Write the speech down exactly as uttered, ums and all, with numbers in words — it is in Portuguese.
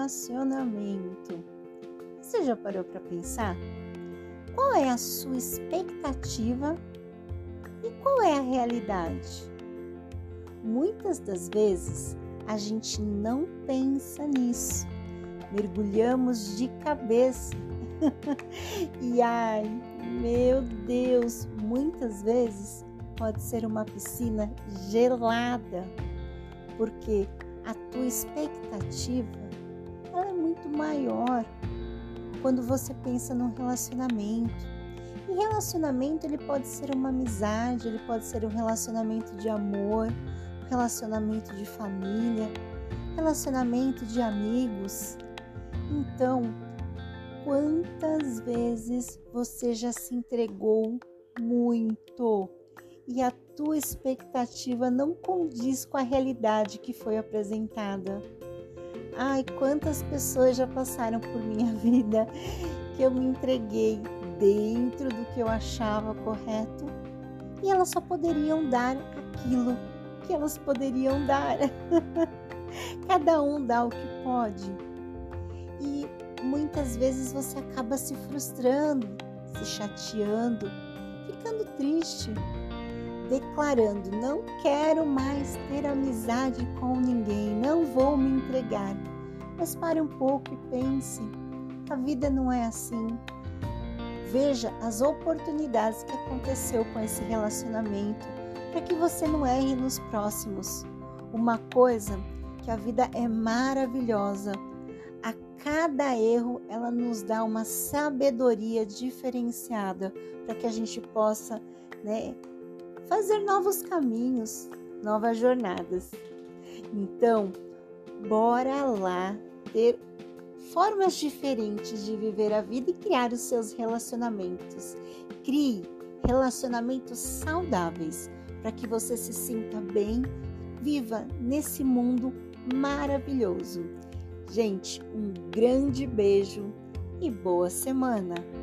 relacionamento. Você já parou para pensar? Qual é a sua expectativa e qual é a realidade? Muitas das vezes a gente não pensa nisso. Mergulhamos de cabeça. E ai, meu Deus, muitas vezes pode ser uma piscina gelada, porque a tua expectativa ela é muito maior quando você pensa num relacionamento. E relacionamento ele pode ser uma amizade, ele pode ser um relacionamento de amor, um relacionamento de família, relacionamento de amigos. Então, quantas vezes você já se entregou muito e a tua expectativa não condiz com a realidade que foi apresentada? Ai, quantas pessoas já passaram por minha vida que eu me entreguei dentro do que eu achava correto e elas só poderiam dar aquilo que elas poderiam dar. Cada um dá o que pode. E muitas vezes você acaba se frustrando, se chateando, ficando triste, declarando: não quero mais ter amizade com ninguém, não vou me entregar. Mas pare um pouco e pense, a vida não é assim. Veja as oportunidades que aconteceu com esse relacionamento, para que você não erre nos próximos. Uma coisa que a vida é maravilhosa, a cada erro ela nos dá uma sabedoria diferenciada para que a gente possa, né, fazer novos caminhos, novas jornadas. Então, bora lá ter formas diferentes de viver a vida e criar os seus relacionamentos. Crie relacionamentos saudáveis para que você se sinta bem, viva nesse mundo maravilhoso. Gente, um grande beijo e boa semana!